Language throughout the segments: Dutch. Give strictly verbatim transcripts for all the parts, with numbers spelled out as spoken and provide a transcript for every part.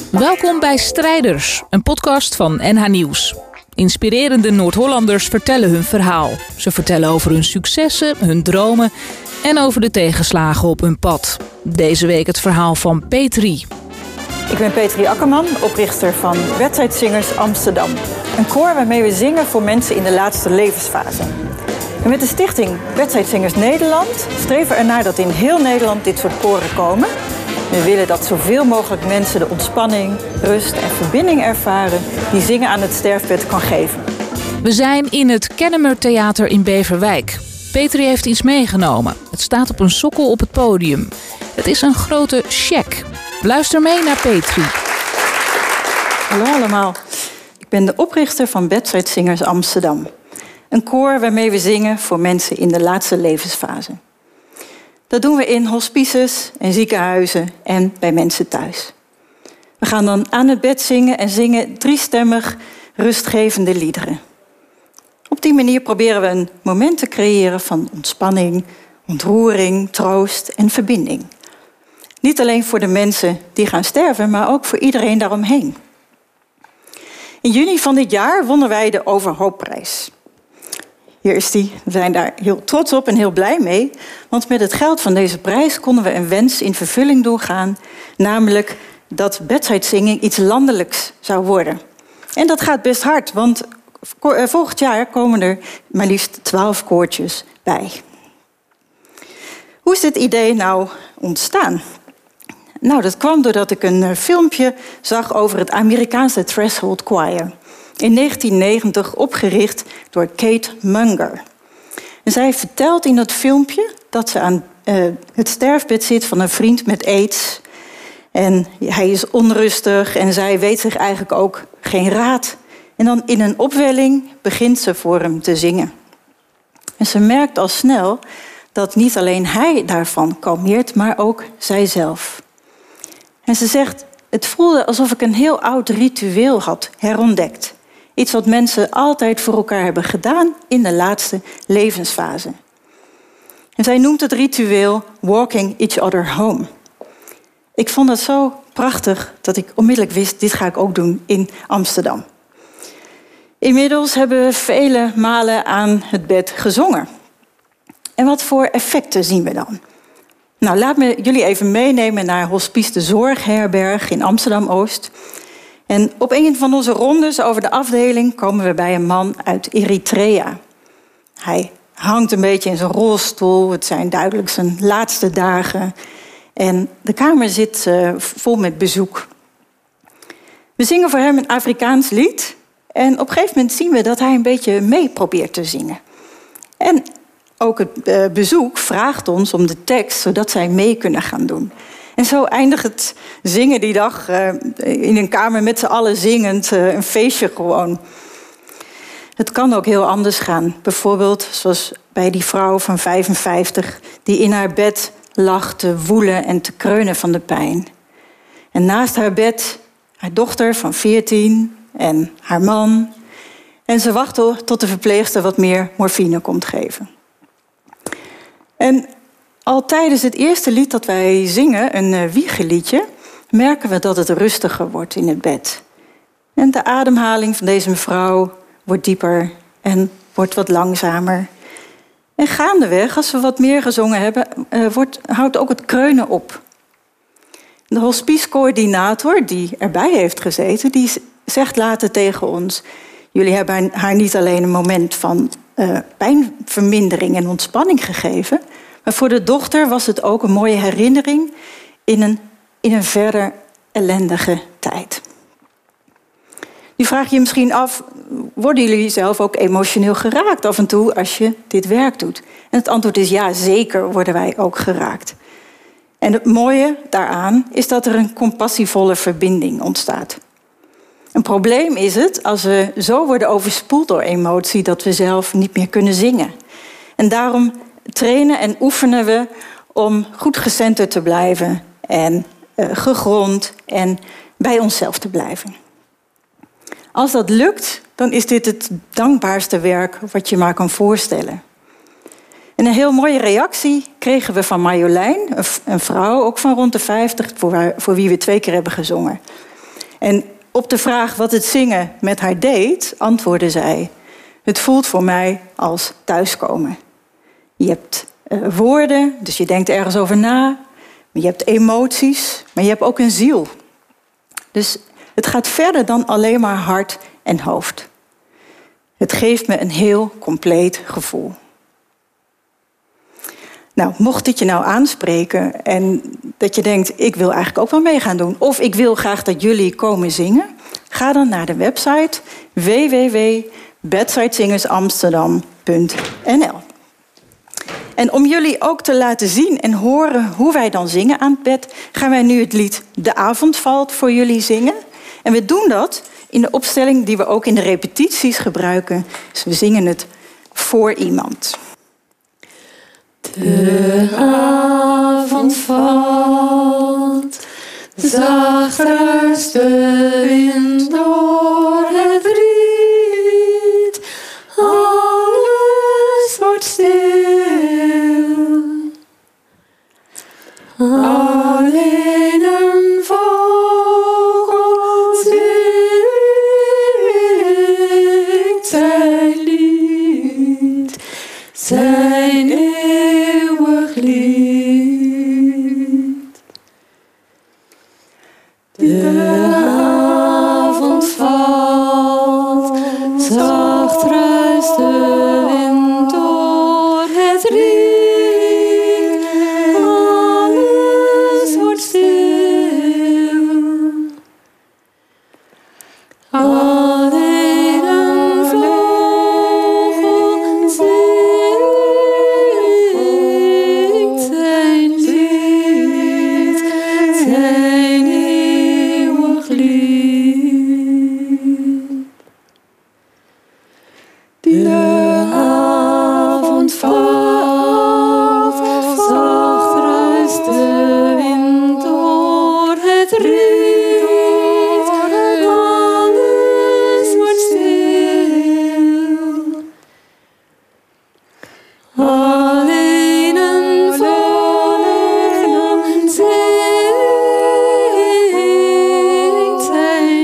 Welkom bij Strijders, een podcast van N H Nieuws. Inspirerende Noord-Hollanders vertellen hun verhaal. Ze vertellen over hun successen, hun dromen en over de tegenslagen op hun pad. Deze week het verhaal van Petri. Ik ben Petri Akkerman, oprichter van Wedstrijdzingers Amsterdam. Een koor waarmee we zingen voor mensen in de laatste levensfase. En met de stichting Wedstrijdzingers Nederland streven we ernaar dat in heel Nederland dit soort koren komen. We willen dat zoveel mogelijk mensen de ontspanning, rust en verbinding ervaren die zingen aan het sterfbed kan geven. We zijn in het Kennemer Theater in Beverwijk. Petri heeft iets meegenomen. Het staat op een sokkel op het podium. Het is een grote check. Luister mee naar Petri. Hallo allemaal. Ik ben de oprichter van Wedstrijdzingers Amsterdam. Een koor waarmee we zingen voor mensen in de laatste levensfase. Dat doen we in hospices en ziekenhuizen en bij mensen thuis. We gaan dan aan het bed zingen en zingen driestemmig rustgevende liederen. Op die manier proberen we een moment te creëren van ontspanning, ontroering, troost en verbinding. Niet alleen voor de mensen die gaan sterven, maar ook voor iedereen daaromheen. In juni van dit jaar wonnen wij de Overhoopprijs. Hier is die. We zijn daar heel trots op en heel blij mee. Want met het geld van deze prijs konden we een wens in vervulling doen gaan. Namelijk dat wedstrijdzingen iets landelijks zou worden. En dat gaat best hard, want volgend jaar komen er maar liefst twaalf koortjes bij. Hoe is dit idee nou ontstaan? Nou, dat kwam doordat ik een filmpje zag over het Amerikaanse Threshold Choir. In negentien negentig opgericht door Kate Munger. En zij vertelt in dat filmpje dat ze aan uh, het sterfbed zit van een vriend met aids. En hij is onrustig en zij weet zich eigenlijk ook geen raad. En dan in een opwelling begint ze voor hem te zingen. En ze merkt al snel dat niet alleen hij daarvan kalmeert, maar ook zijzelf. En ze zegt, het voelde alsof ik een heel oud ritueel had herontdekt. Iets wat mensen altijd voor elkaar hebben gedaan in de laatste levensfase. En zij noemt het ritueel Walking Each Other Home. Ik vond dat zo prachtig dat ik onmiddellijk wist, dit ga ik ook doen in Amsterdam. Inmiddels hebben we vele malen aan het bed gezongen. En wat voor effecten zien we dan? Nou, laat me jullie even meenemen naar Hospice de Zorgherberg in Amsterdam-Oost. En op een van onze rondes over de afdeling komen we bij een man uit Eritrea. Hij hangt een beetje in zijn rolstoel. Het zijn duidelijk zijn laatste dagen. En de kamer zit uh, vol met bezoek. We zingen voor hem een Afrikaans lied. En op een gegeven moment zien we dat hij een beetje mee probeert te zingen. En ook het uh, bezoek vraagt ons om de tekst, zodat zij mee kunnen gaan doen. En zo eindigt het zingen die dag uh, in een kamer met z'n allen zingend. Uh, een feestje gewoon. Het kan ook heel anders gaan. Bijvoorbeeld zoals bij die vrouw van vijfenvijftig... die in haar bed lag te woelen en te kreunen van de pijn. En naast haar bed haar dochter van veertien en haar man. En ze wacht tot de verpleegster wat meer morfine komt geven. En al tijdens het eerste lied dat wij zingen, een uh, wiegeliedje, merken we dat het rustiger wordt in het bed. En de ademhaling van deze mevrouw wordt dieper en wordt wat langzamer. En gaandeweg, als we wat meer gezongen hebben, uh, wordt, houdt ook het kreunen op. De hospicecoördinator, die erbij heeft gezeten, die zegt later tegen ons: jullie hebben haar niet alleen een moment van uh, pijnvermindering en ontspanning gegeven, maar voor de dochter was het ook een mooie herinnering in een, in een verder ellendige tijd. Nu vraag je je misschien af, worden jullie zelf ook emotioneel geraakt af en toe als je dit werk doet? En het antwoord is ja, zeker worden wij ook geraakt. En het mooie daaraan is dat er een compassievolle verbinding ontstaat. Een probleem is het als we zo worden overspoeld door emotie dat we zelf niet meer kunnen zingen. En daarom trainen en oefenen we om goed gecenterd te blijven en uh, gegrond en bij onszelf te blijven. Als dat lukt, dan is dit het dankbaarste werk wat je maar kan voorstellen. En een heel mooie reactie kregen we van Marjolein, een vrouw ook van rond de vijftig, voor, haar, voor wie we twee keer hebben gezongen. En op de vraag wat het zingen met haar deed, antwoordde zij: het voelt voor mij als thuiskomen. Je hebt uh, woorden, dus je denkt ergens over na. Je hebt emoties, maar je hebt ook een ziel. Dus het gaat verder dan alleen maar hart en hoofd. Het geeft me een heel compleet gevoel. Nou, mocht dit je nou aanspreken en dat je denkt, ik wil eigenlijk ook wel mee gaan doen, of ik wil graag dat jullie komen zingen, ga dan naar de website w w w punt bedsidezingerz amsterdam punt n l. En om jullie ook te laten zien en horen hoe wij dan zingen aan het bed, gaan wij nu het lied De Avond Valt voor jullie zingen. En we doen dat in de opstelling die we ook in de repetities gebruiken. Dus we zingen het voor iemand. De avond valt, zacht ruist de wind door het riet. Alles wordt stil. Alleen een vogel zingt zijn lied, zijn eeuwig lied. De avond valt, zacht ruist de wind door het riet. Alles wordt stil. Alleen een vogel zingt zijn lied, zijn eeuwig lied. De avond valt, zacht ruist de wind door het riet. Alles wordt stil. Alleen een vogel zingt zijn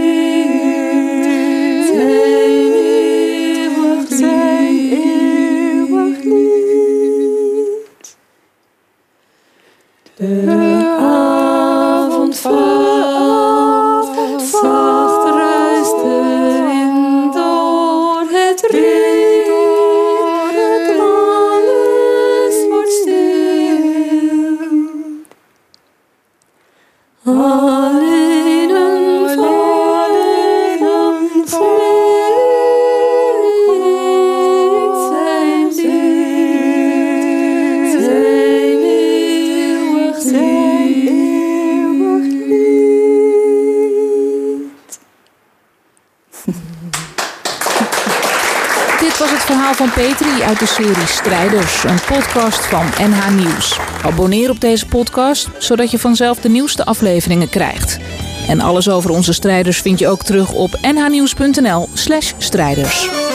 lied, zijn eeuwig lied. De avond valt, zacht ruist de wind door het riet. Alles wordt stil. Alleen een vogel zingt zijn lied, zijn eeuwig lied. Dit was het verhaal van Petri uit de serie Strijders, een podcast van N H Nieuws. Abonneer op deze podcast, zodat je vanzelf de nieuwste afleveringen krijgt. En alles over onze strijders vind je ook terug op nhnieuws punt n l slash strijders.